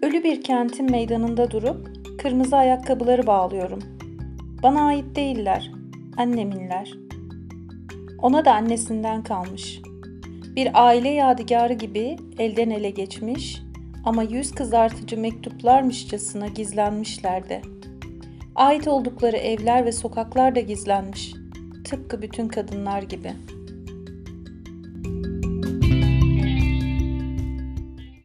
Ölü bir kentin meydanında durup kırmızı ayakkabıları bağlıyorum. Bana ait değiller, anneminler. Ona da annesinden kalmış. Bir aile yadigarı gibi elden ele geçmiş ama yüz kızartıcı mektuplarmışçasına gizlenmişlerdi. Ait oldukları evler ve sokaklar da gizlenmiş, tıpkı bütün kadınlar gibi.